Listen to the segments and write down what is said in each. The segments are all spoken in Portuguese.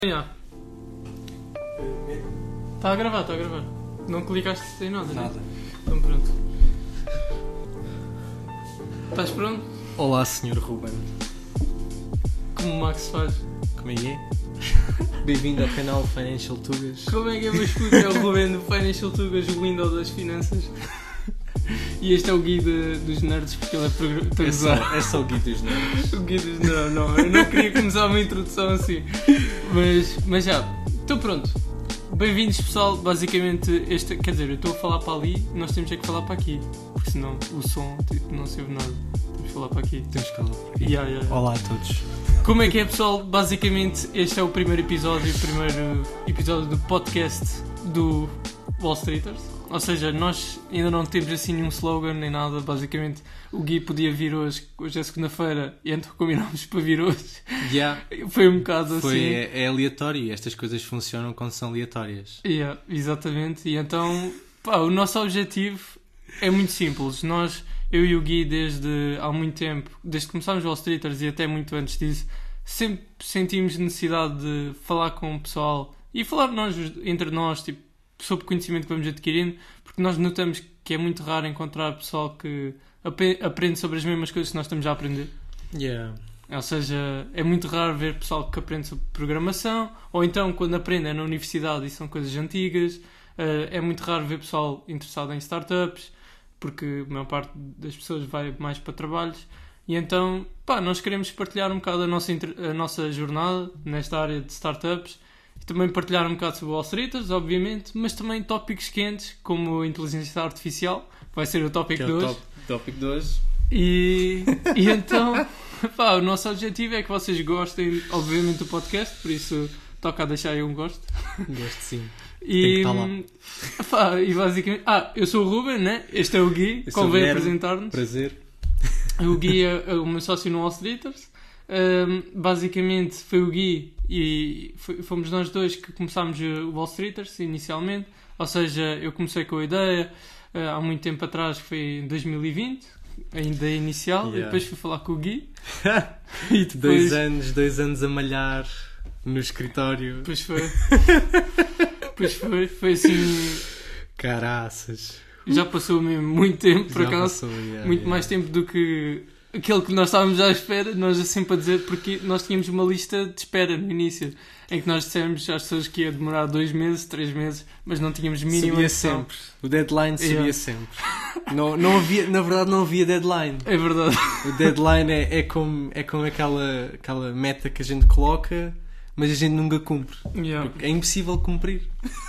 Yeah. Está a gravar. Não clicaste em nada, Nada. Né? Então pronto. Estás pronto? Olá, Sr. Ruben. Como o Max faz? Como é que é? Bem-vindo ao canal Financial Tugas. Como é que é, meus putos? É o Ruben do Financial Tugas, o Windows das finanças. E este é o guia dos nerds, porque ele é programador. É só o guia dos nerds. O guia dos nerds, não. Eu não queria começar uma introdução assim. Mas já, estou pronto. Bem-vindos, pessoal. Basicamente, quer dizer, eu estou a falar para ali, nós temos é que falar para aqui. Porque senão o som não se ouve nada. Temos que falar para aqui. Temos que falar por aqui. Yeah. Olá a todos. Como é que é, pessoal? Basicamente, este é o primeiro episódio do podcast do Wall Streeters. Ou seja, nós ainda não temos assim nenhum slogan nem nada. Basicamente, o Gui podia vir hoje é segunda-feira, e então combinámos para vir hoje. Yeah. Foi um bocado assim. É aleatório, e estas coisas funcionam quando são aleatórias. Yeah, exatamente. E então, o nosso objetivo é muito simples. Eu e o Gui, desde há muito tempo, desde que começámos o Wall Streeters e até muito antes disso, sempre sentimos necessidade de falar com o pessoal e falar entre nós, tipo, sobre o conhecimento que vamos adquirindo, porque nós notamos que é muito raro encontrar pessoal que aprende sobre as mesmas coisas que nós estamos a aprender. Yeah. Ou seja, é muito raro ver pessoal que aprende sobre programação, ou então quando aprende é na universidade e são coisas antigas. É muito raro ver pessoal interessado em startups, porque a maior parte das pessoas vai mais para trabalhos. E então, nós queremos partilhar um bocado a nossa jornada nesta área de startups e também partilhar um bocado sobre Wall Streeters, obviamente, mas também tópicos quentes, como a inteligência artificial, vai ser o tópico de hoje. Tópico de hoje. E então, o nosso objetivo é que vocês gostem, obviamente, do podcast, por isso toca a deixar aí um gosto. Gosto sim. E, tem que estar lá. E basicamente, eu sou o Ruben, né? Este é o Gui, convém apresentar-nos. Prazer. O Gui é o meu sócio no Wall Streeters. Basicamente foi o Gui e fomos nós dois que começámos o Wall Streeters inicialmente. Ou seja, eu comecei com a ideia há muito tempo atrás, que foi em 2020, ainda inicial, Yeah. e depois fui falar com o Gui. E depois... dois anos a malhar no escritório. Pois foi assim. Caraças. Já passou mesmo muito tempo, por Já acaso. passou, muito mais tempo do que aquele que nós estávamos à espera. Nós sempre a dizer, porque nós tínhamos uma lista de espera no início, em que nós dissemos às pessoas que ia demorar 2 meses, 3 meses, mas não tínhamos mínima subia noção. sempre. O deadline subia Yeah. sempre. Não havia, na verdade não havia deadline. É verdade. O deadline é como aquela meta que a gente coloca, mas a gente nunca cumpre. Yeah. Porque é impossível cumprir.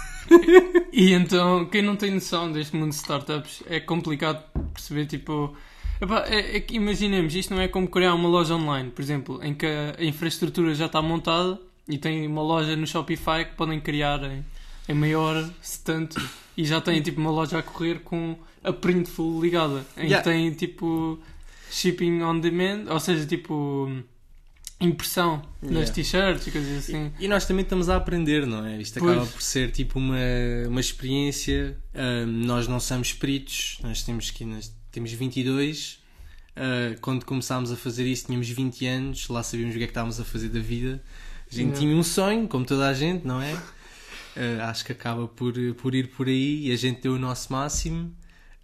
E então, quem não tem noção deste mundo de startups, é complicado perceber, tipo... É que imaginemos, isto não é como criar uma loja online, por exemplo, em que a infraestrutura já está montada e tem uma loja no Shopify que podem criar em meia hora, se tanto, e já têm tipo uma loja a correr com a Printful ligada, em que tem tipo shipping on demand, ou seja, tipo impressão nas t-shirts e coisas assim. E nós também estamos a aprender, não é? Isto acaba por ser tipo uma experiência. Nós não somos peritos, nós temos 22. Quando começámos a fazer isso tínhamos 20 anos, lá sabíamos o que é que estávamos a fazer da vida. A gente tinha um sonho, como toda a gente, não é? Acho que acaba por ir por aí e a gente deu o nosso máximo.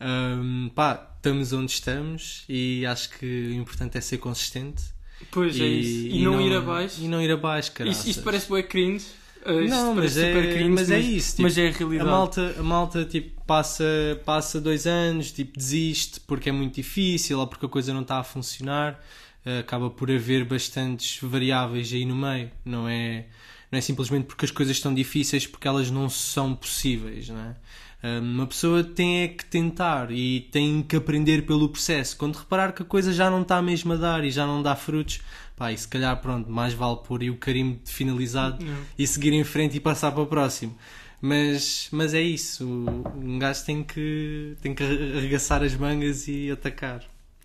Estamos onde estamos e acho que o importante é ser consistente. Pois é isso. E não ir abaixo. E não ir abaixo, cara. Isto parece bué cringe. Não, mas é isso. Tipo, mas é a realidade. A malta tipo, passa 2 anos, tipo, desiste porque é muito difícil ou porque a coisa não está a funcionar. Acaba por haver bastantes variáveis aí no meio. Não é simplesmente porque as coisas estão difíceis, porque elas não são possíveis, não é? Uma pessoa tem que tentar e tem que aprender pelo processo. Quando reparar que a coisa já não está mesmo a dar e já não dá frutos, e se calhar pronto, mais vale pôr aí o carimbo de finalizado e seguir em frente e passar para o próximo. Mas é isso, um gajo tem que arregaçar as mangas e atacar.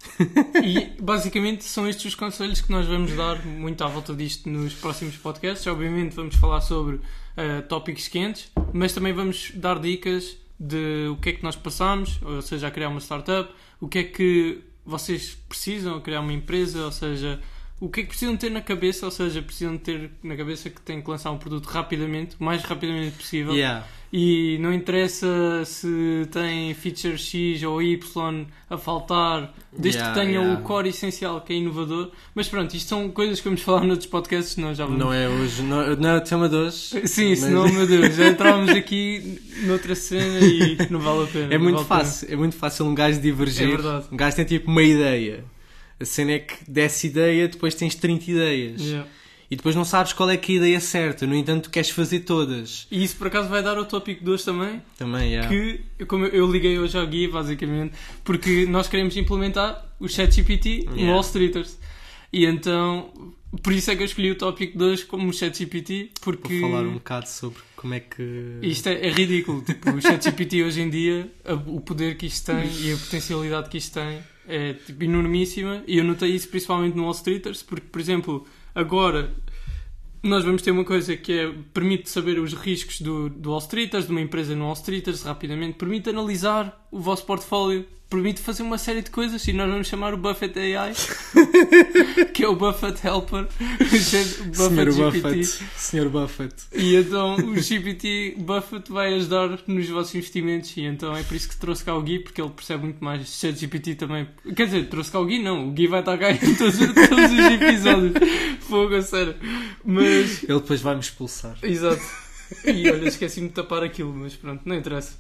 E basicamente são estes os conselhos que nós vamos dar muito à volta disto nos próximos podcasts. Obviamente vamos falar sobre tópicos quentes, mas também vamos dar dicas de o que é que nós passamos, ou seja, a criar uma startup, o que é que vocês precisam a criar uma empresa, ou seja, o que é que precisam ter na cabeça, ou seja, precisam ter na cabeça que têm que lançar um produto rapidamente, o mais rapidamente possível. Yeah. E não interessa se tem feature X ou Y a faltar, desde que tenha o core essencial, que é inovador. Mas pronto, isto são coisas que vamos falar noutros podcasts, senão já vamos... Não é hoje, não é o tema de hoje. Sim, mas... senão, meu Deus, já entrávamos aqui noutra cena e não vale a pena. É muito fácil um gajo divergir. É verdade. Um gajo tem tipo uma ideia. A cena é que dessa ideia depois tens 30 ideias. Yeah. E depois não sabes qual é que é a ideia certa. No entanto, tu queres fazer todas. E isso por acaso vai dar ao tópico de hoje também. Também, é. Que, como eu liguei hoje ao Gui, basicamente, porque nós queremos implementar o ChatGPT no All Streeters. E então, por isso é que eu escolhi o tópico de hoje como o ChatGPT, porque... Vou falar um bocado sobre como é que... Isto é ridículo. Tipo, o ChatGPT hoje em dia, o poder que isto tem e a potencialidade que isto tem é tipo, enormíssima. E eu notei isso principalmente no All Streeters, porque, por exemplo, agora... Nós vamos ter uma coisa que permite saber os riscos do Wall Streeters, de uma empresa no Wall Streeters, rapidamente. Permite analisar o vosso portfólio. Permite fazer uma série de coisas e nós vamos chamar o Buffett AI, que é o Buffett Helper. Buffett GPT. Senhor Buffett. E então o GPT Buffett vai ajudar nos vossos investimentos. E então é por isso que trouxe cá o Gui, porque ele percebe muito mais. O ChatGPT também. Quer dizer, trouxe cá o Gui, não. O Gui vai estar cá em todos os episódios. Fogo, a sério. Mas... Ele depois vai-me expulsar. Exato. E olha, esqueci-me de tapar aquilo, mas pronto, não interessa.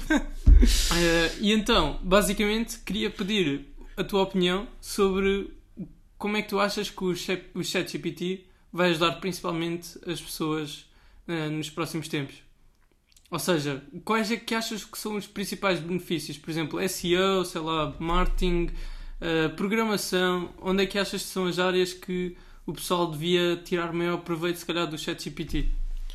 E então, basicamente, queria pedir a tua opinião sobre como é que tu achas que o ChatGPT vai ajudar principalmente as pessoas nos próximos tempos. Ou seja, quais é que achas que são os principais benefícios? Por exemplo, SEO, sei lá, marketing, programação. Onde é que achas que são as áreas que o pessoal devia tirar maior proveito, se calhar, do ChatGPT?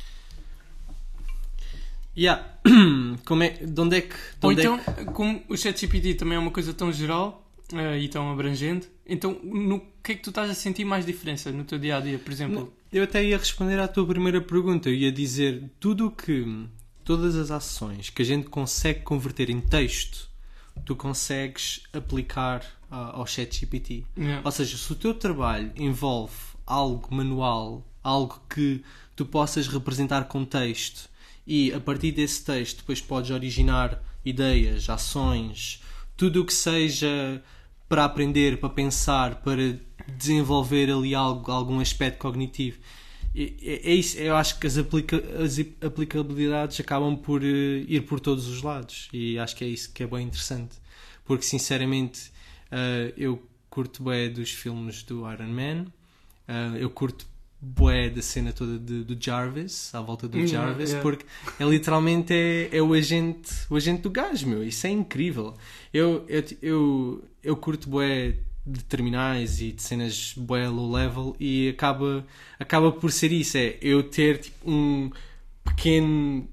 Yeah. De onde é que... Ou então, como o ChatGPT também é uma coisa tão geral e tão abrangente, então no que é que tu estás a sentir mais diferença no teu dia-a-dia, por exemplo? Eu até ia responder à tua primeira pergunta. Eu ia dizer, todas as ações que a gente consegue converter em texto, tu consegues aplicar ao ChatGPT. Yeah. Ou seja, se o teu trabalho envolve algo manual, algo que tu possas representar com texto, e a partir desse texto depois podes originar ideias, ações, tudo o que seja para aprender, para pensar, para desenvolver ali algum aspecto cognitivo. É isso. Eu acho que as aplicabilidades acabam por ir por todos os lados, e acho que é isso que é bem interessante, porque sinceramente eu curto bem dos filmes do Iron Man, eu curto bué da cena toda do Jarvis, à volta do Jarvis, yeah. porque literalmente é o agente do gajo, meu. Isso é incrível. Eu curto bué de terminais e de cenas bué low level, e acaba por ser isso, é eu ter tipo um pequeno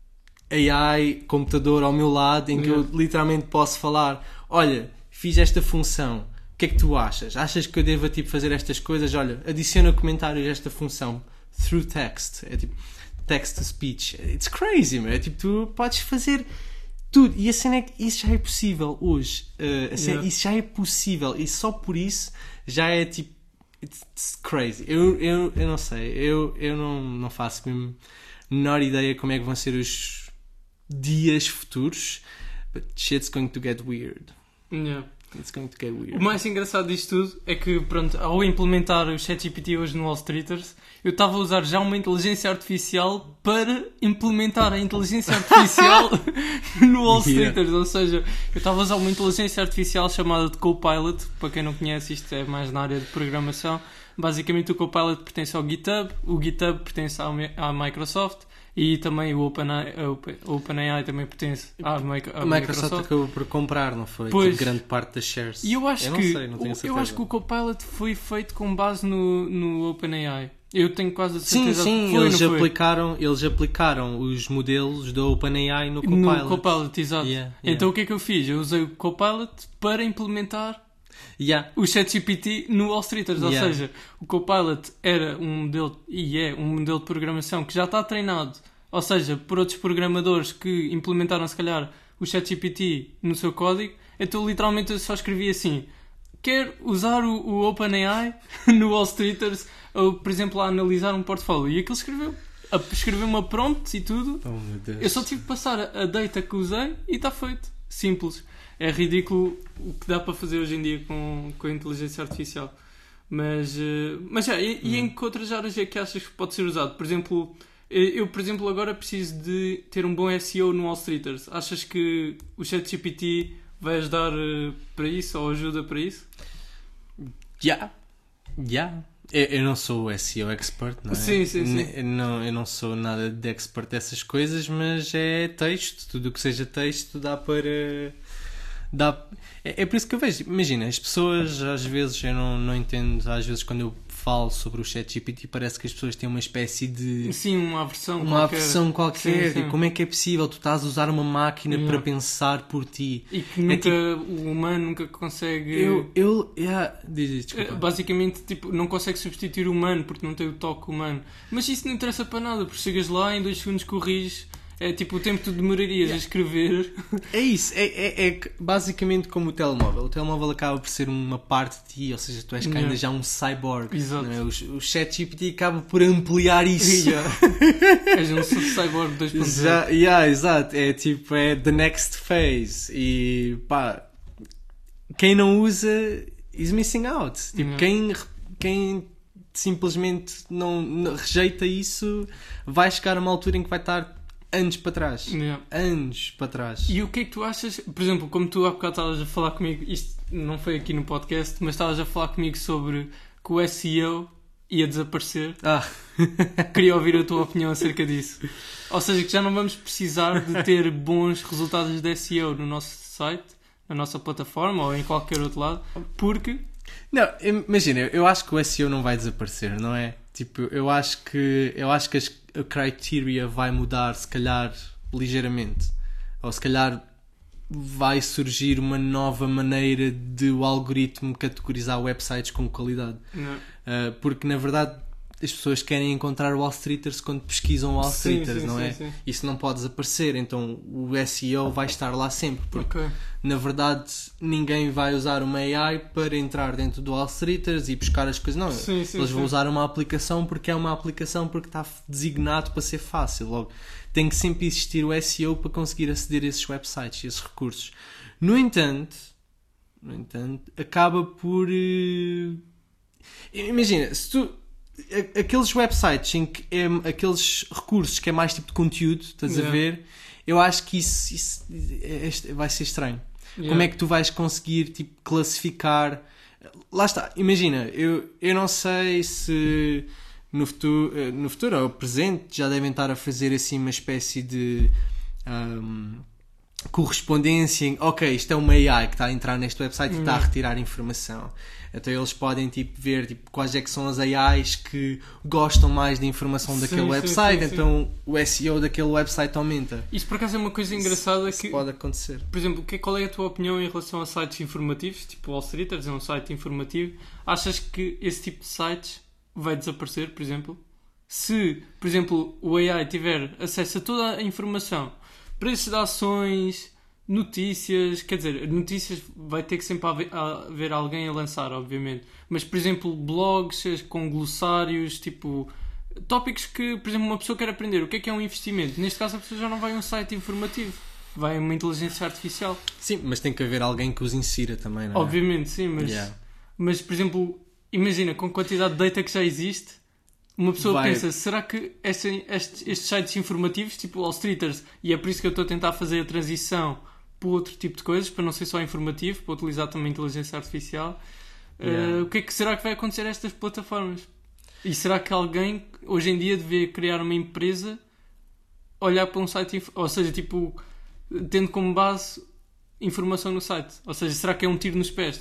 AI computador ao meu lado em que eu literalmente posso falar, olha, fiz esta função, o que é que tu achas? Achas que eu devo tipo fazer estas coisas? Olha, adiciona comentários a esta função through text. É tipo text to speech. It's crazy, man. É tipo, tu podes fazer tudo. E a cena é que isso já é possível hoje. Isso já é possível. E só por isso já é tipo it's crazy. Eu não sei. Eu não faço mesmo a menor ideia como é que vão ser os dias futuros. But shit's going to get weird. Yeah. It's going to get weird. O mais engraçado disto tudo é que, pronto, ao implementar o ChatGPT hoje no Wall Streeters, eu estava a usar já uma inteligência artificial para implementar a inteligência artificial no Wall Streeters. Ou seja, eu estava a usar uma inteligência artificial chamada de Copilot. Para quem não conhece, isto é mais na área de programação. Basicamente, o Copilot pertence ao GitHub, o GitHub pertence à Microsoft, e também o OpenAI também pertence à a Microsoft acabou por comprar, não foi? Pois. Tipo, grande parte das shares. E eu acho não que sei, não tenho certeza. eu acho que o Copilot foi feito com base no OpenAI. Eu tenho quase a certeza sim, que foi, eles aplicaram os modelos do OpenAI no Copilot. No Copilot, exato. Então o que é que eu fiz? Eu usei o Copilot para implementar o ChatGPT no Wall Streeters. Ou seja, o Copilot era um modelo, e é um modelo de programação que já está treinado, ou seja, por outros programadores que implementaram se calhar o ChatGPT no seu código. Então literalmente eu só escrevi assim: quer usar o OpenAI no Wall Streeters, ou, por exemplo, a analisar um portfólio. E aquilo escreveu uma prompt e tudo. Oh, meu Deus. Eu só tive que passar a data que usei e está feito. Simples. É ridículo o que dá para fazer hoje em dia com a inteligência artificial. Mas em que outras áreas é que achas que pode ser usado? Por exemplo, eu agora preciso de ter um bom SEO no Wall Streeters. Achas que o ChatGPT vai ajudar para isso ou ajuda para isso? Já. Eu não sou o SEO expert, não é? Sim. Eu não sou nada de expert dessas coisas, mas é texto. Tudo o que seja texto dá para... É por isso que eu vejo. Imagina, as pessoas, às vezes, eu não entendo, às vezes quando eu falo sobre o ChatGPT parece que as pessoas têm uma espécie de... Sim, uma aversão qualquer. Sim. E como é que é possível? Tu estás a usar uma máquina para pensar por ti. E que o humano nunca consegue... Desculpa. Basicamente, não consegue substituir o humano porque não tem o toque humano. Mas isso não interessa para nada, porque chegas lá em 2 segundos corriges. É tipo o tempo que tu demorarias a escrever. É isso, é basicamente como o telemóvel. O telemóvel acaba por ser uma parte de ti, ou seja, tu és ainda já um cyborg. Exato. Não é? O ChatGPT acaba por ampliar isso. És um cyborg 2.0. Exato. É tipo, é the next phase. E pá, quem não usa is missing out. Tipo, quem simplesmente não rejeita isso vai chegar a uma altura em que vai estar anos para trás. Anos para trás. E o que é que tu achas? Por exemplo, como tu há bocado estavas a falar comigo, isto não foi aqui no podcast, mas estavas a falar comigo sobre que o SEO ia desaparecer. Queria ouvir a tua opinião acerca disso. Ou seja, que já não vamos precisar de ter bons resultados de SEO no nosso site, na nossa plataforma ou em qualquer outro lado, porque... Não, imagina, eu acho que o SEO não vai desaparecer, não é? Tipo, eu acho que a criteria vai mudar, se calhar, ligeiramente. Ou se calhar vai surgir uma nova maneira de o algoritmo categorizar websites com qualidade. Porque, na verdade, as pessoas querem encontrar Wall Streeters quando pesquisam Wall Streeters, não é? Sim. Isso não pode desaparecer, então o SEO vai estar lá sempre. Porque, na verdade, ninguém vai usar uma AI para entrar dentro do Wall Streeters e buscar as coisas. Não, eles vão usar uma aplicação porque é uma aplicação porque está designado para ser fácil. Logo, tem que sempre existir o SEO para conseguir aceder a esses websites, a esses recursos. No entanto, acaba por... Imagina, se tu... Aqueles websites em que aqueles recursos que é mais tipo de conteúdo, estás a ver? Eu acho que isso vai ser estranho. Como é que tu vais conseguir tipo, classificar? Lá está, imagina, eu não sei se no futuro ou presente já devem estar a fazer assim uma espécie de correspondência em, ok, isto é uma AI que está a entrar neste website e está a retirar informação. Então eles podem tipo, ver tipo, quais é que são as AIs que gostam mais de informação daquele website, então o SEO daquele website aumenta. Isso por acaso é uma coisa engraçada isso que pode acontecer. Por exemplo, qual é a tua opinião em relação a sites informativos, tipo Wall Streeters é um site informativo? Achas que esse tipo de sites vai desaparecer, por exemplo? Se, por exemplo, o AI tiver acesso a toda a informação, preços de ações, notícias, quer dizer, notícias vai ter que sempre haver alguém a lançar, obviamente, mas por exemplo blogs com glossários, tipo tópicos que, por exemplo, uma pessoa quer aprender o que é um investimento, neste caso a pessoa já não vai a um site informativo, vai a uma inteligência artificial. Sim, mas tem que haver alguém que os insira também, não é? Obviamente, sim, mas por exemplo, imagina, com a quantidade de data que já existe, uma pessoa pensa, será que estes sites informativos, tipo Wall Streeters, e é por isso que eu estou a tentar fazer a transição para outro tipo de coisas, para não ser só informativo, para utilizar também inteligência artificial, o que é que será que vai acontecer a estas plataformas? E será que alguém, hoje em dia, devia criar uma empresa, olhar para um site, ou seja, tipo, tendo como base informação no site? Ou seja, será que é um tiro nos pés?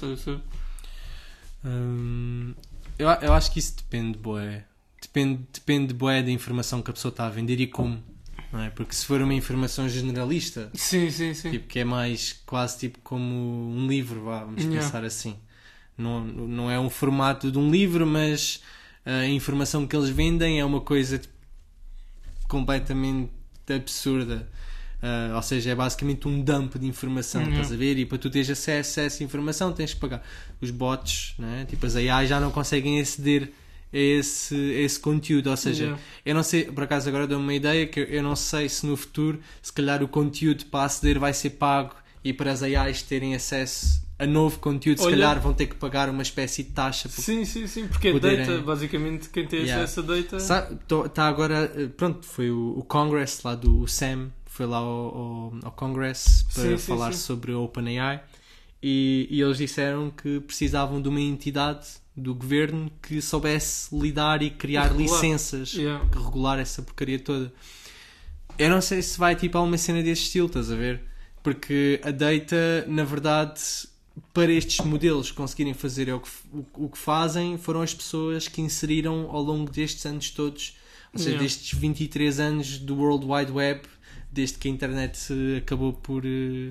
Eu acho que isso depende, bué. Depende bué da informação que a pessoa está a vender e como, não é? Porque se for uma informação generalista, sim. Tipo, que é mais quase tipo como um livro, vamos pensar assim. Não é um formato de um livro, mas a informação que eles vendem é uma coisa tipo, completamente absurda. Ou seja, é basicamente um dump de informação, estás a ver? E para tu teres acesso a essa informação tens que pagar. Os bots, né? Tipo as AI já não conseguem aceder a esse conteúdo, ou seja, eu não sei, por acaso agora dou-me uma ideia que eu não sei se no futuro, se calhar o conteúdo para aceder vai ser pago e para as AIs terem acesso a novo conteúdo, se calhar vão ter que pagar uma espécie de taxa. Sim, porque é data, basicamente quem tem acesso a data... Está agora, pronto, foi o Congress lá do Sam, foi lá ao Congress para falar sobre a OpenAI e eles disseram que precisavam de uma entidade do governo que soubesse lidar e criar licenças, que regular essa porcaria toda. Eu não sei se vai tipo a uma cena desse estilo, estás a ver? Porque a data, na verdade, para estes modelos conseguirem fazer o que fazem, foram as pessoas que inseriram ao longo destes anos todos, ou seja, destes 23 anos do World Wide Web, desde que a internet acabou por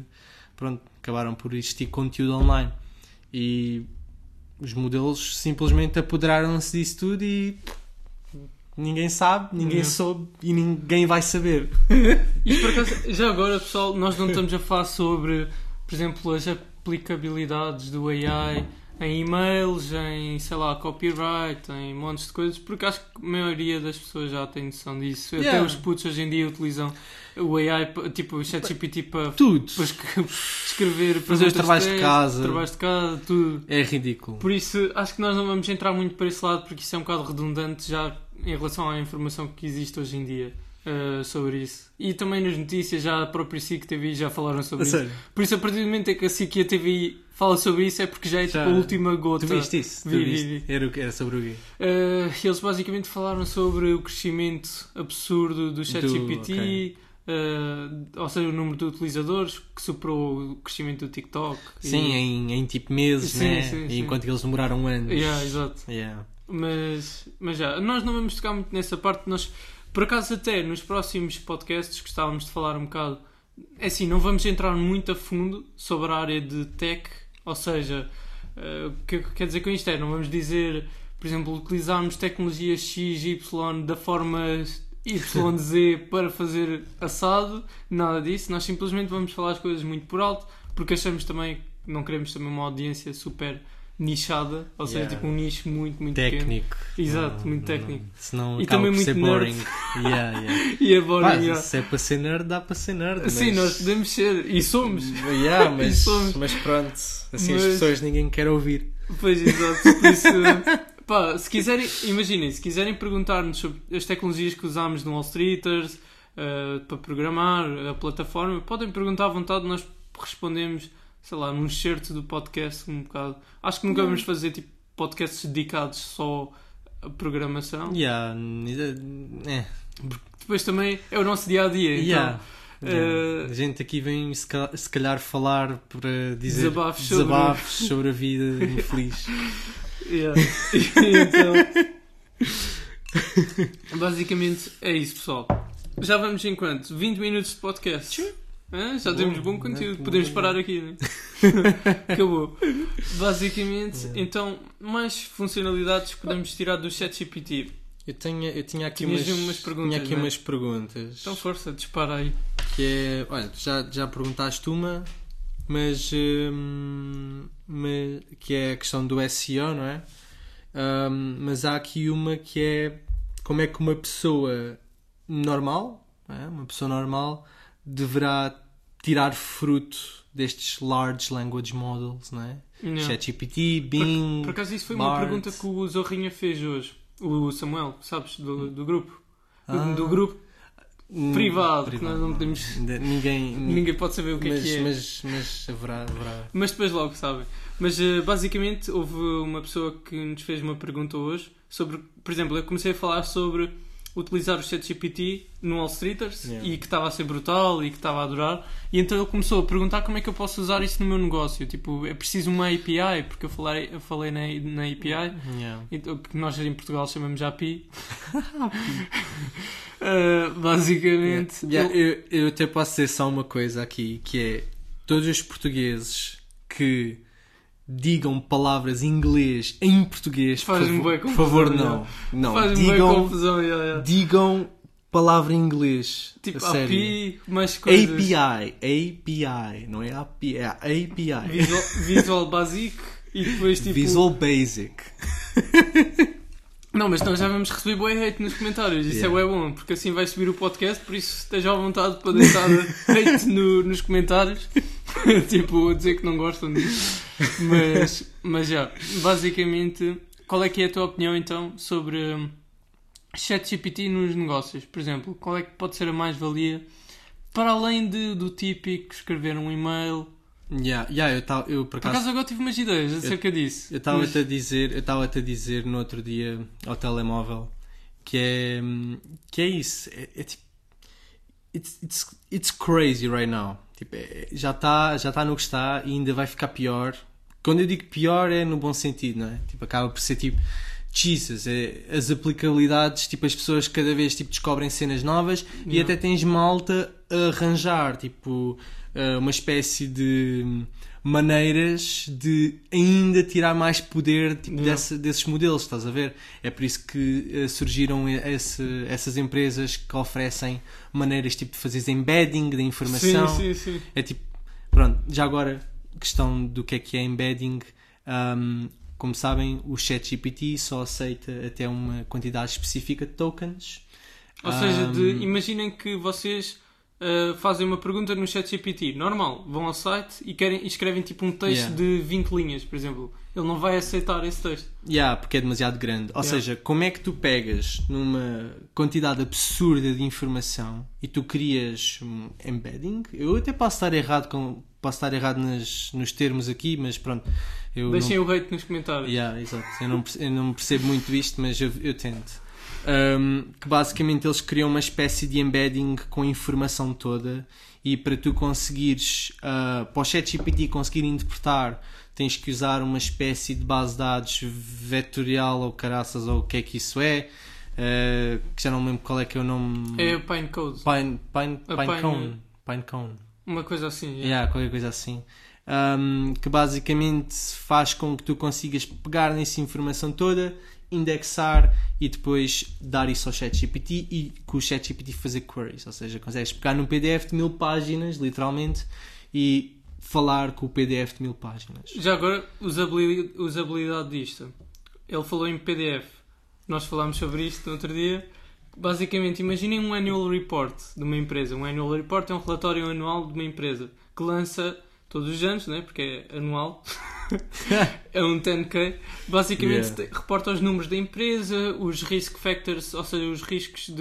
acabaram por existir conteúdo online, e os modelos simplesmente apoderaram-se disso tudo e ninguém sabe, ninguém soube e ninguém vai saber. E por acaso, já agora, pessoal, nós não estamos a falar sobre, por exemplo, as aplicabilidades do AI em e-mails, em, sei lá, copyright, em montes de coisas, porque acho que a maioria das pessoas já tem noção disso. Até os putos hoje em dia utilizam o AI, tipo o ChatGPT para tudo, para escrever, fazer os trabalhos de casa, tudo. É ridículo. Por isso, acho que nós não vamos entrar muito para esse lado, porque isso é um bocado redundante já em relação à informação que existe hoje em dia sobre isso. E também nas notícias, já a própria SIC TV já falaram sobre isso. Sério? Por isso, a partir do momento em que a SIC e a TV fala sobre isso, é porque já é tipo a última gota. Tu viste isso? Vi. Era sobre o quê? Eles basicamente falaram sobre o crescimento absurdo do ChatGPT. Ou seja, o número de utilizadores que superou o crescimento do TikTok. Sim, em tipo meses, né? Enquanto eles demoraram anos. Exato. Mas já, nós não vamos tocar muito nessa parte. Nós, por acaso, até nos próximos podcasts gostávamos de falar um bocado. É assim, não vamos entrar muito a fundo sobre a área de tech. Ou seja, o que quer dizer com isto é, não vamos dizer, por exemplo, utilizarmos tecnologia X, Y da forma YZ para fazer assado, nada disso. Nós simplesmente vamos falar as coisas muito por alto, porque achamos também que não queremos também uma audiência super nichada, ou seja, tipo um nicho muito, muito técnico. Pequeno. Exato, muito técnico. Senão e também muito ser boring. E é boring. Se é para ser nerd, dá para ser nerd. Sim, nós podemos ser, e somos. Mas pronto, assim as pessoas ninguém quer ouvir. Pois, exato. Por isso, se quiserem, imaginem, se quiserem perguntar-nos sobre as tecnologias que usámos no Allstreeters para programar a plataforma, podem perguntar à vontade, nós respondemos, sei lá, num excerto do podcast um bocado. Acho que nunca vamos fazer tipo podcasts dedicados só a programação. Depois também é o nosso dia-a-dia. Então, a gente aqui vem se calhar falar para dizer desabafos sobre a vida infeliz. Então, basicamente é isso, pessoal. Já vamos em quanto? 20 minutos de podcast. Já temos bom conteúdo. Podemos parar aqui, né? Acabou. Basicamente, então, mais funcionalidades que podemos tirar do ChatGPT. Eu tinha aqui umas perguntas. Então força, dispara aí. Que é, olha, já perguntaste uma, mas que é a questão do SEO, não é? Mas há aqui uma que é como é que uma pessoa normal, uma pessoa normal deverá tirar fruto destes Large Language Models, não é? ChatGPT, Bing, por acaso isso foi Bard. uma pergunta que o Zorrinha fez hoje. O Samuel, sabes? Do grupo. Do grupo privado. Que nós não podemos... Ninguém pode saber o que é. Mas haverá. Mas depois logo sabem. Mas basicamente houve uma pessoa que nos fez uma pergunta hoje sobre, por exemplo, eu comecei a falar sobre utilizar o ChatGPT no Allstreeters e que estava a ser brutal e que estava a adorar, e então ele começou a perguntar como é que eu posso usar isso no meu negócio. Tipo, é preciso uma API, porque eu falei na API, então, que nós em Portugal chamamos de API. Basicamente eu até posso dizer só uma coisa aqui, que é todos os portugueses que digam palavras em inglês em português, por favor, não. Faz-me bem confusão, digam palavra em inglês. Tipo a sério. API, mais coisas. API, não é API, é API. Visual Basic e depois tipo... Visual Basic. Não, mas nós já vamos receber bué hate nos comentários. Isso é bué bom, porque assim vai subir o podcast, por isso esteja à vontade para deixar hate nos comentários. Tipo, dizer que não gostam disso. Mas já, basicamente, qual é que é a tua opinião então sobre ChatGPT nos negócios? Por exemplo, qual é que pode ser a mais-valia para além do típico escrever um e-mail? Eu por acaso agora tive umas ideias acerca disso. Eu estava-te a dizer no outro dia ao telemóvel que é isso. É tipo, it's crazy right now. Tipo, já está no que está e ainda vai ficar pior. Quando eu digo pior é no bom sentido, não é? Tipo, acaba por ser tipo Jesus, as aplicabilidades, tipo, as pessoas cada vez tipo, descobrem cenas novas e até tens malta a arranjar tipo uma espécie de maneiras de ainda tirar mais poder tipo, desses modelos, estás a ver? É por isso que surgiram essas empresas que oferecem maneiras tipo, de fazeres embedding da informação. Sim. É tipo, pronto, já agora, questão do que é embedding. Como sabem, o ChatGPT só aceita até uma quantidade específica de tokens. Ou seja, imaginem que vocês fazem uma pergunta no ChatGPT. Normal, vão ao site e escrevem tipo um texto de 20 linhas, por exemplo. Ele não vai aceitar esse texto. Porque é demasiado grande. Ou seja, como é que tu pegas numa quantidade absurda de informação e tu crias um embedding? Eu até posso estar errado nos termos aqui, mas pronto. Deixem o hate nos comentários. Exato. Eu não percebo muito isto, mas eu tento. Que basicamente eles criam uma espécie de embedding com a informação toda e para tu conseguires para o ChatGPT conseguir interpretar tens que usar uma espécie de base de dados vetorial ou caraças ou o que é que isso é, que já não me lembro qual é que é o nome. É o Pinecone. Pinecone. Uma coisa assim. Qualquer coisa assim. Que basicamente faz com que tu consigas pegar nessa informação toda, indexar e depois dar isso ao ChatGPT e com o ChatGPT fazer queries, ou seja, consegues pegar num PDF de 1000 páginas, literalmente, e falar com o PDF de 1000 páginas. Já agora, usabilidade disto. Ele falou em PDF. Nós falámos sobre isto no outro dia. Basicamente, imaginem um annual report de uma empresa. Um annual report é um relatório anual de uma empresa que lança todos os anos, né? Porque é anual. É um 10K. Basicamente reporta os números da empresa, os risk factors, ou seja, os riscos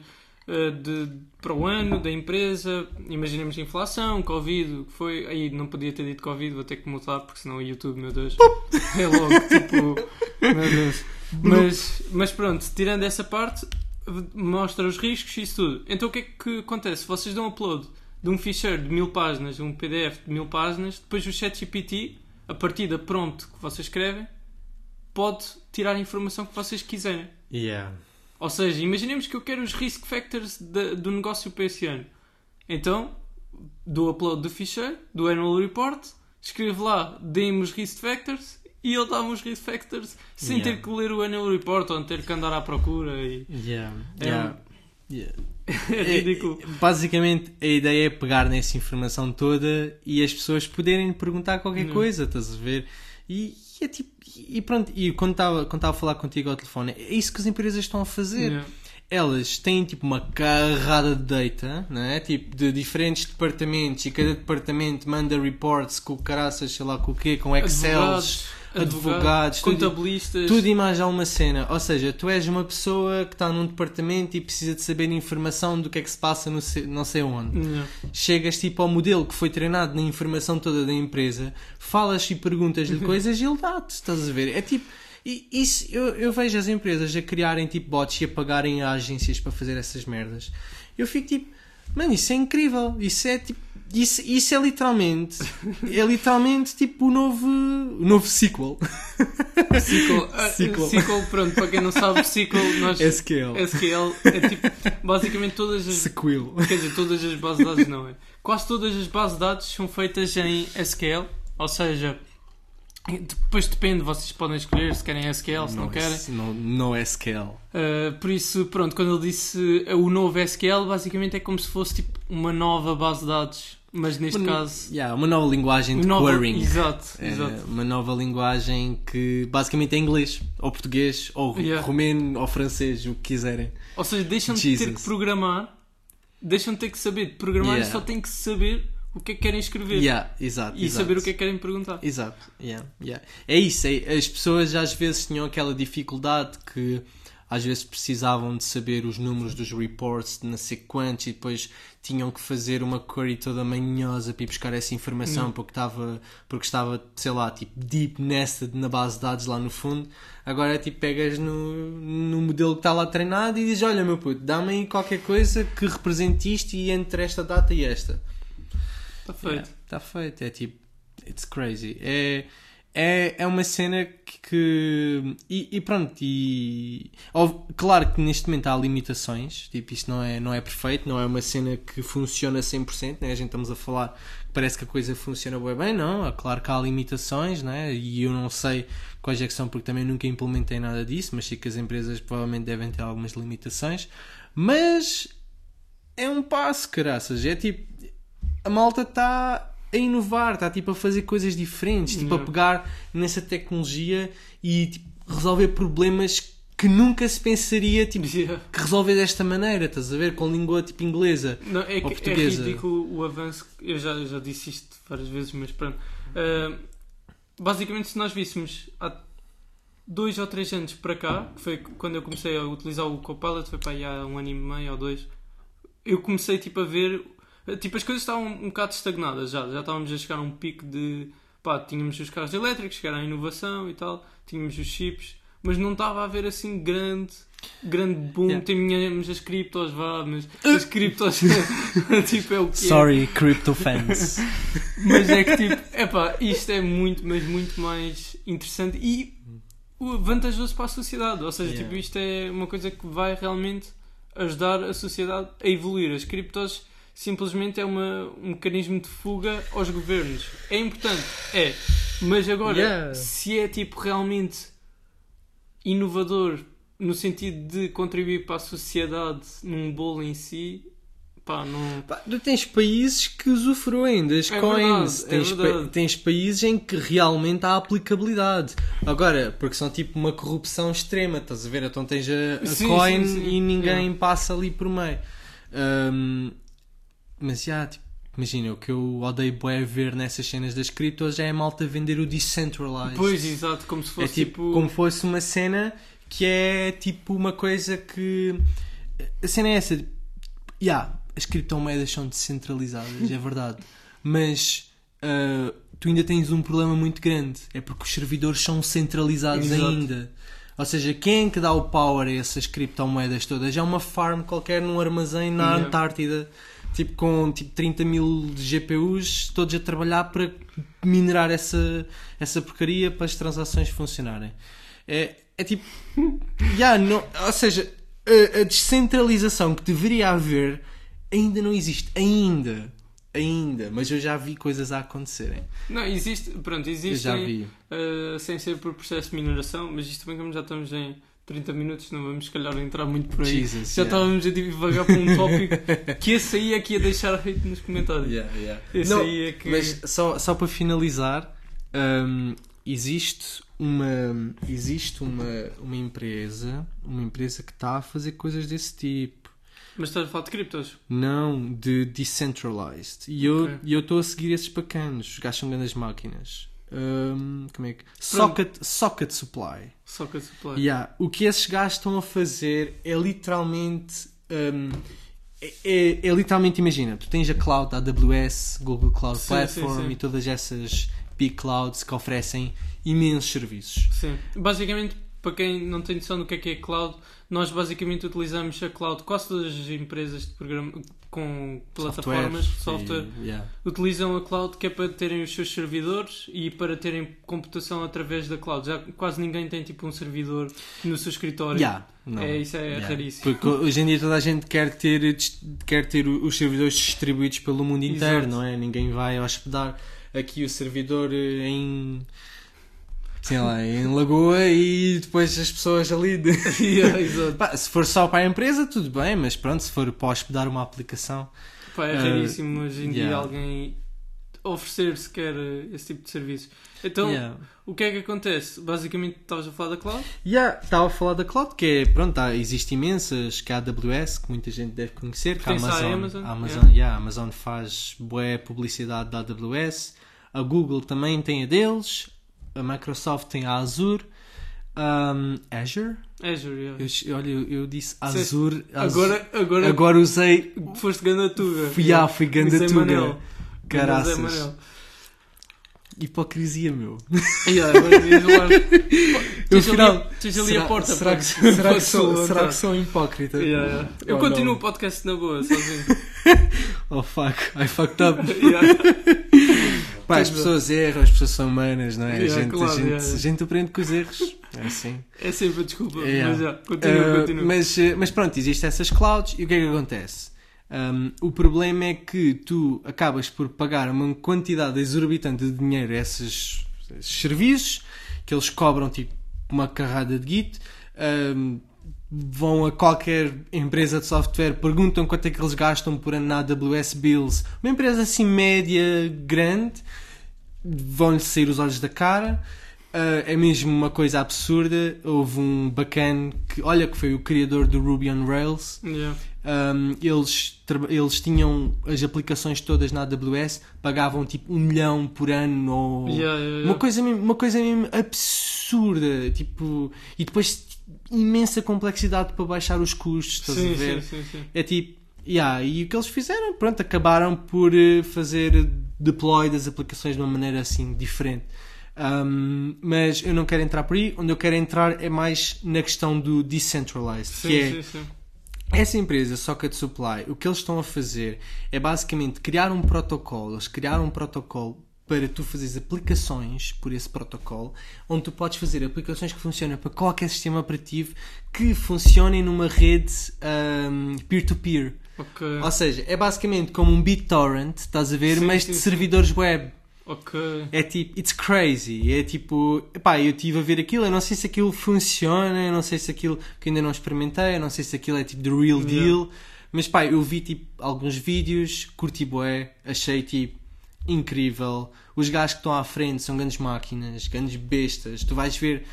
para o ano da empresa. Imaginemos inflação, Covid, o que foi. Aí não podia ter dito Covid, vou ter que mutar porque senão o YouTube, meu Deus, é logo tipo, meu Deus. Mas pronto, tirando essa parte, mostra os riscos e isso tudo. Então o que é que acontece? Vocês dão upload de um ficheiro de 1000 páginas, um PDF de 1000 páginas, depois o ChatGPT, a partir da prompt que vocês escrevem, pode tirar a informação que vocês quiserem. Ou seja, imaginemos que eu quero os risk factors do negócio para esse ano. Então, dou upload do ficheiro, do annual report, escrevo lá, deem-me os risk factors e ele dá-me os risk factors sem ter que ler o annual report ou ter que andar à procura. É ridículo. Basicamente a ideia é pegar nessa informação toda e as pessoas poderem perguntar qualquer coisa, estás a ver? E é tipo, e pronto, e quando estava a falar contigo ao telefone, é isso que as empresas estão a fazer. Elas têm tipo uma carrada de data, não é? Tipo de diferentes departamentos e cada departamento manda reports com caraças, sei lá com o quê, com Excels, advogados, contabilistas, tudo e mais alguma cena. Ou seja, tu és uma pessoa que está num departamento e precisa de saber informação do que é que se passa não sei onde. Chegas tipo ao modelo que foi treinado na informação toda da empresa, falas e perguntas-lhe coisas e ele dá-te, estás a ver? É tipo, e isso, eu vejo as empresas a criarem tipo bots e a pagarem a agências para fazer essas merdas. Eu fico tipo, mano, isso é incrível, isso é tipo, isso é literalmente tipo o novo sequel. SQL, pronto, para quem não sabe, SQL é tipo, basicamente todas as... Sequel. Quer dizer, todas as bases de dados não é. Quase todas as bases de dados são feitas em SQL, ou seja, Depois depende, vocês podem escolher se querem SQL, se não querem. No SQL. Por isso, pronto, quando ele disse o novo SQL, basicamente é como se fosse tipo uma nova base de dados, mas neste caso... Uma nova linguagem de querying. Exato. Uma nova linguagem que basicamente é inglês, ou português, ou romeno, ou francês, o que quiserem. Ou seja, deixam de ter que programar, deixam de ter que saber de programar e só têm que saber o que é que querem escrever e saber o que é que querem perguntar. Exato. É isso. As pessoas às vezes tinham aquela dificuldade que às vezes precisavam de saber os números dos reports de não sei quantos e depois tinham que fazer uma query toda manhosa para ir buscar essa informação porque estava, sei lá, tipo deep nested na base de dados lá no fundo. Agora tipo pegas no modelo que está lá treinado e dizes, olha meu puto, dá-me aí qualquer coisa que represente isto e entre esta data e esta. Está feito. Está feito. É tipo, it's crazy. É uma cena que e pronto, claro que neste momento há limitações, tipo, isto não é perfeito, não é uma cena que funciona 100%, né? A gente estamos a falar que parece que a coisa funciona bem, não, é claro que há limitações, né? E eu não sei quais é que são porque também nunca implementei nada disso, mas sei que as empresas provavelmente devem ter algumas limitações, mas é um passo, caraças, é tipo, a malta está a inovar, está tipo a fazer coisas diferentes, tipo a pegar nessa tecnologia e tipo, resolver problemas que nunca se pensaria tipo, que resolver desta maneira, estás a ver? Com língua tipo inglesa ou portuguesa. É ridículo o avanço, eu já disse isto várias vezes, mas pronto. Basicamente, se nós víssemos há 2 ou 3 anos para cá, que foi quando eu comecei a utilizar o Copilot, foi para aí há 1 ano e meio ou 2, eu comecei tipo a ver... Tipo, as coisas estavam um bocado estagnadas já estávamos a chegar a um pico de... tínhamos os carros elétricos, que era a inovação e tal, tínhamos os chips, mas não estava a haver assim grande boom. Tínhamos as criptos, mas as criptos tipo, é o que Sorry, crypto fans. Mas é que tipo, isto é muito, mas muito mais interessante e vantajoso para a sociedade, ou seja, tipo, isto é uma coisa que vai realmente ajudar a sociedade a evoluir. As criptos simplesmente é um mecanismo de fuga aos governos. É importante, mas agora se é tipo realmente inovador no sentido de contribuir para a sociedade num bolo em si, não... Tu tens países que usufruem das coins, tens países em que realmente há aplicabilidade. Agora, porque são tipo uma corrupção extrema, estás a ver? Então tens a coin e ninguém passa ali por meio. Mas tipo, imagina, o que eu odeio bué ver nessas cenas das criptos é a malta vender o decentralized. Pois, exato, como se fosse tipo como fosse uma cena que é tipo uma coisa que... A cena é essa, as criptomoedas são descentralizadas, é verdade, mas tu ainda tens um problema muito grande, é porque os servidores são centralizados ainda. Ou seja, quem é que dá o power a essas criptomoedas todas? É uma farm qualquer num armazém na Antártida, tipo com tipo 30 mil GPUs todos a trabalhar para minerar essa porcaria para as transações funcionarem. É tipo ou seja, a descentralização que deveria haver ainda não existe, ainda, mas eu já vi coisas a acontecerem. Não, existe, eu já vi. Sem ser por processo de mineração, mas isto também, como já estamos em 30 minutos, não vamos se calhar entrar muito por aí. Estávamos a divagar para um tópico que esse aí é que ia deixar hate nos comentários. Aí é que... Mas só para finalizar, existe uma empresa que está a fazer coisas desse tipo. Mas estás a falar de criptos? Não, de decentralized. E eu estou a seguir esses bacanos. Os gajos são grandes máquinas. Como é que... Socket Supply. O que esses gajos estão a fazer é literalmente... é literalmente, imagina, tu tens a cloud, a AWS, Google Cloud Platform e todas essas big clouds que oferecem imensos serviços. Sim. Basicamente, para quem não tem noção do que é cloud, nós basicamente utilizamos a cloud. Quase todas as empresas de programa com plataformas de software utilizam a cloud, que é para terem os seus servidores e para terem computação através da cloud. Já quase ninguém tem tipo um servidor no seu escritório. Isso é raríssimo. Porque hoje em dia toda a gente quer ter os servidores distribuídos pelo mundo inteiro. Exato. Não é? Ninguém vai hospedar aqui o servidor em Sim, lá em Lagoa e depois as pessoas ali de... Exato. Pá, se for só para a empresa, tudo bem, mas pronto, se for para hospedar uma aplicação... Pá, é raríssimo hoje em dia yeah. alguém oferecer sequer esse tipo de serviços. Então, Yeah. o que é que acontece? Basicamente, estavas a falar da cloud? Estava a falar da cloud, que é, pronto, existe imensas, que é a AWS, que muita gente deve conhecer, que a Amazon. A Amazon faz boa publicidade da AWS, a Google também tem a deles, a Microsoft tem a Azure, Azure? Azure, yeah. Eu disse Azure, Agora usei, foste gandatuga. fui gandatuga, caraças. Manel. Hipocrisia, meu. Agora devias lá. Afinal, Tens ali a porta. será que sou hipócrita? Eu continuo o podcast na boa, sozinho. Oh fuck, I fucked up. Yeah. Pá, as pessoas erram, as pessoas são humanas, não é? A gente aprende com os erros. É assim. É sempre a desculpa. Yeah. Mas continua. Mas pronto, existem essas clouds e o que é que acontece? O problema é que tu acabas por pagar uma quantidade exorbitante de dinheiro a esses serviços, que eles cobram tipo uma carrada de guito, vão a qualquer empresa de software, perguntam quanto é que eles gastam por ano na AWS Bills, uma empresa assim média, grande, vão-lhe sair os olhos da cara. É mesmo uma coisa absurda. Houve um bacana que foi o criador do Ruby on Rails. Yeah. Eles tinham as aplicações todas na AWS, pagavam tipo 1 milhão por ano ou uma coisa mesmo absurda, tipo, e depois imensa complexidade para baixar os custos, estás a ver? Sim. É tipo, e o que eles fizeram, pronto, acabaram por fazer deploy das aplicações de uma maneira assim diferente. Mas eu não quero entrar por aí. Onde eu quero entrar é mais na questão do decentralized, Sim. Essa empresa Socket Supply, o que eles estão a fazer é basicamente criar um protocolo. Eles criaram um protocolo para tu fazeres aplicações por esse protocolo, onde tu podes fazer aplicações que funcionam para qualquer sistema operativo, que funcionem numa rede peer-to-peer. Okay. Ou seja, é basicamente como um BitTorrent, estás a ver, mas de servidores web. Ok. É tipo, it's crazy. É tipo, eu estive a ver aquilo, eu não sei se aquilo funciona, eu não sei se aquilo, que ainda não experimentei, eu não sei se aquilo é tipo the real deal, mas eu vi tipo alguns vídeos, curti bué, achei tipo incrível. Os gajos que estão à frente são grandes máquinas, grandes bestas. Tu vais ver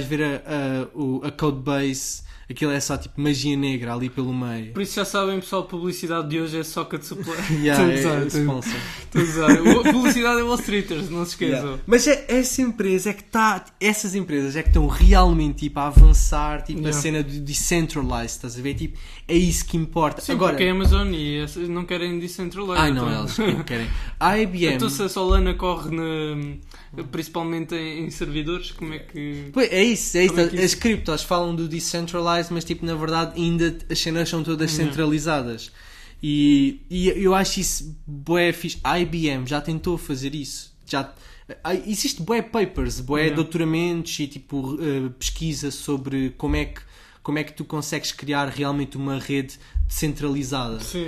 a codebase, aquilo é só tipo magia negra ali pelo meio. Por isso já sabem, pessoal, a publicidade de hoje é Socket Supply. É sponsor. Publicidade é Wall Streeters, não se esqueçam. Mas essas empresas é que estão realmente tipo, a avançar tipo, a cena do decentralized, estás a ver? Tipo, é isso que importa. Sim, agora, porque a Amazon e essas não querem decentralized. Não, eles não querem. A IBM... Então se a Solana corre principalmente em servidores, como é que... Pois, é isso. As criptos falam do decentralized, mas tipo, na verdade ainda as cenas são todas centralizadas. E eu acho isso bué fixe. A IBM já tentou fazer isso. Existe bué papers, bué doutoramentos e tipo pesquisa sobre como é que tu consegues criar realmente uma rede descentralizada. Sim.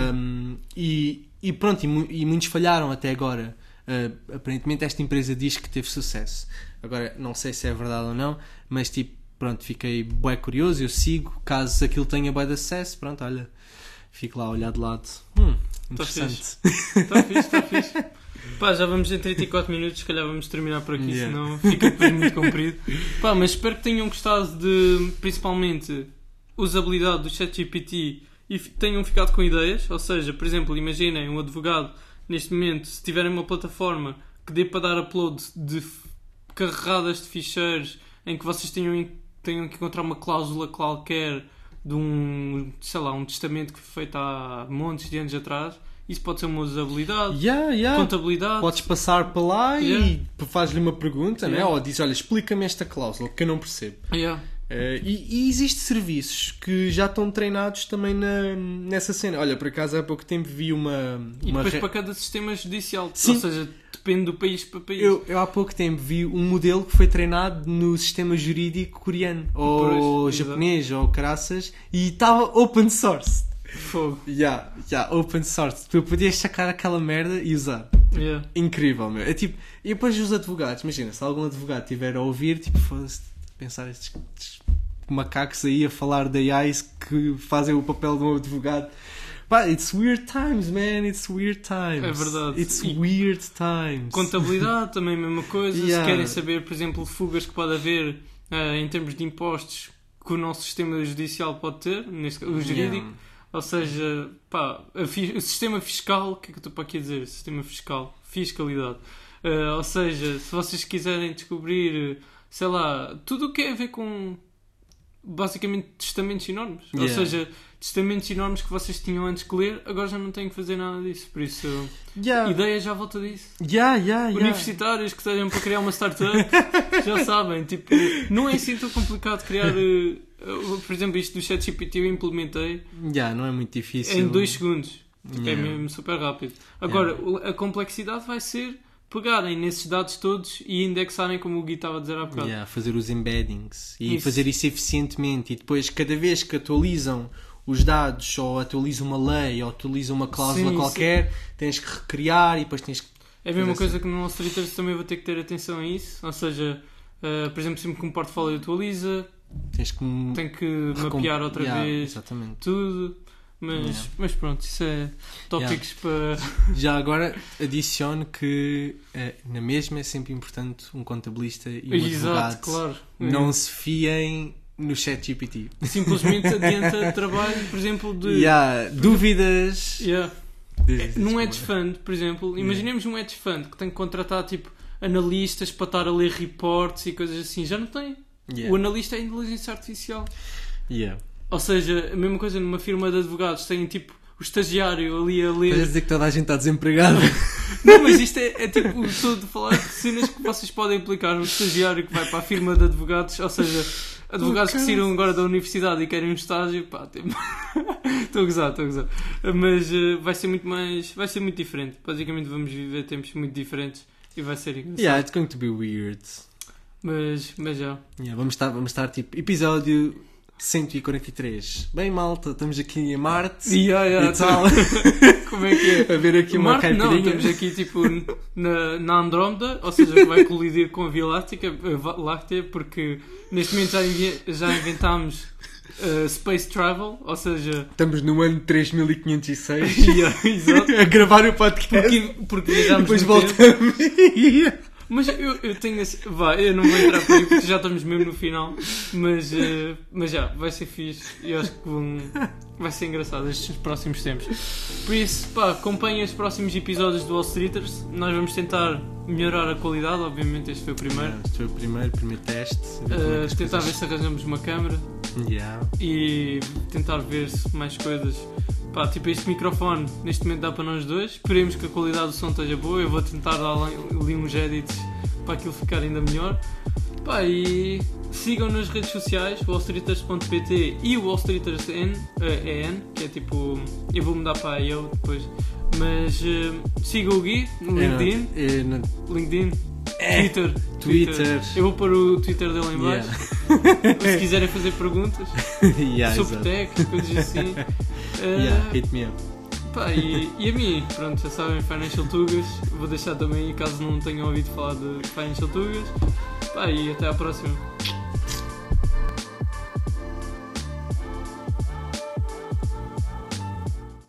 E pronto, e muitos falharam até agora. Aparentemente esta empresa diz que teve sucesso. Agora não sei se é verdade ou não, mas tipo, pronto, fiquei bué curioso. Eu sigo, caso aquilo tenha bué de acesso, pronto, olha, fico lá a olhar de lado. Interessante. Está fixe. Pá, já vamos em 34 minutos, se calhar vamos terminar por aqui, senão fica depois muito comprido. Pá, mas espero que tenham gostado de, principalmente, usabilidade do ChatGPT e tenham ficado com ideias. Ou seja, por exemplo, imaginem um advogado, neste momento, se tiverem uma plataforma que dê para dar upload de carregadas de ficheiros em que vocês tenham que encontrar uma cláusula qualquer de um testamento que foi feito há montes de anos atrás, isso pode ser uma usabilidade, contabilidade. Podes passar para lá e fazes-lhe uma pergunta, né? Ou dizes, olha, explica-me esta cláusula que eu não percebo. E existem serviços que já estão treinados também nessa cena. Olha, por acaso há pouco tempo vi uma... E depois para cada sistema judicial. Sim. Ou seja, depende do país para país. Eu há pouco tempo vi um modelo que foi treinado no sistema jurídico coreano ou japonês ou caraças e estava open source. Fogo. Open source. Tu podias sacar aquela merda e usar. Yeah. Incrível, meu. É tipo, e depois os advogados, imagina, se algum advogado estiver a ouvir, tipo, foda-se, pensar estes macacos aí a falar da AIs que fazem o papel de um advogado. Pá, it's weird times, man, it's weird times. É verdade. It's E weird times. Contabilidade também a mesma coisa. Yeah. Se querem saber, por exemplo, fugas que pode haver em termos de impostos que o nosso sistema judicial pode ter, o jurídico. Yeah. Ou seja, pá, o sistema fiscal, o que é que eu estou para aqui a dizer? Sistema fiscal, fiscalidade. Ou seja, se vocês quiserem descobrir, sei lá, tudo o que é a ver com basicamente testamentos enormes. Yeah. Ou seja, testamentos enormes que vocês tinham antes que ler, agora já não têm que fazer nada disso. Por isso, Yeah. ideias à volta disso. Yeah. Universitários que estejam para criar uma startup já sabem, tipo, não é assim tão complicado criar. Por exemplo, isto do ChatGPT eu implementei Yeah, não é muito difícil. em 2 segundos. Tipo, Yeah. é mesmo super rápido. Agora, a complexidade vai ser pegarem nesses dados todos e indexarem, como o Gui estava a dizer há bocado. Yeah, fazer os embeddings e Isso. fazer isso eficientemente, e depois cada vez que atualizam os dados ou atualizam uma lei ou atualizam uma cláusula Sim, qualquer, tens que recriar e depois tens que... É a mesma Fazer coisa que no nosso Twitter também vou ter que ter atenção a isso. Ou seja, por exemplo, sempre que um portfólio atualiza, Tens que tem que mapear outra Yeah, vez exatamente. tudo. Mas pronto, isso é tópicos para... Já agora adiciono que na mesma é sempre importante um contabilista e um Exato, advogado. claro. Não se fiem no ChatGPT. Simplesmente adianta trabalho, por exemplo, de... Yeah, dúvidas. Yeah. Diz, Num desculpa. hedge fund, por exemplo, imaginemos um hedge fund que tem que contratar tipo analistas para estar a ler reports e coisas assim, já não tem. Yeah. O analista é a inteligência artificial. Yeah. Ou seja, a mesma coisa numa firma de advogados, tem tipo o estagiário ali a ler. Estás a dizer que toda a gente está desempregada? Não, mas isto é tipo, estou a falar de cenas que vocês podem aplicar. O estagiário que vai para a firma de advogados, ou seja, advogados que saíram agora da universidade e querem um estágio, pá, tipo... Estou a gozar. Mas vai ser muito diferente. Basicamente vamos viver tempos muito diferentes e vai ser engraçado. Yeah, it's going to be weird. Mas já. Yeah, vamos estar tipo episódio 143. Bem, malta, estamos aqui em Marte Yeah, e tal. Como é que é? A ver aqui uma Marte, não, caipirinha. estamos aqui tipo na Andrómeda, ou seja, que vai colidir com a Via Láctea, porque neste momento já inventámos Space Travel, ou seja... Estamos no ano 3506 Exato. a gravar o podcast Porque e viajámos depois no tempo. voltamos. Mas eu tenho esse... eu não vou entrar por aí porque já estamos mesmo no final. Mas já, vai ser fixe. E eu acho que vai ser engraçado estes próximos tempos. Por isso, pá, acompanhem os próximos episódios do Wall Streeters. Nós vamos tentar melhorar a qualidade. Obviamente este foi o primeiro. Este foi o primeiro teste. Tentar ver se arranjamos uma câmera. Yeah. E tentar ver se mais coisas. Pá, tipo este microfone neste momento dá para nós dois. Esperemos que a qualidade do som esteja boa. Eu vou tentar dar ali uns edits para aquilo ficar ainda melhor. Pá, e sigam nas redes sociais wallstreeters.pt e o wallstreeters.en, que é tipo, eu vou mudar para eu depois, mas sigam o Gui no LinkedIn, LinkedIn, Twitter. Eu vou pôr o Twitter dele em baixo. Se quiserem fazer perguntas sobre tech, coisas assim. Hit me up. Pá, e a mim, pronto, já sabem, Financial Tugas. Vou deixar também, caso não tenham ouvido falar de Financial Tugas. Pá, e até à próxima.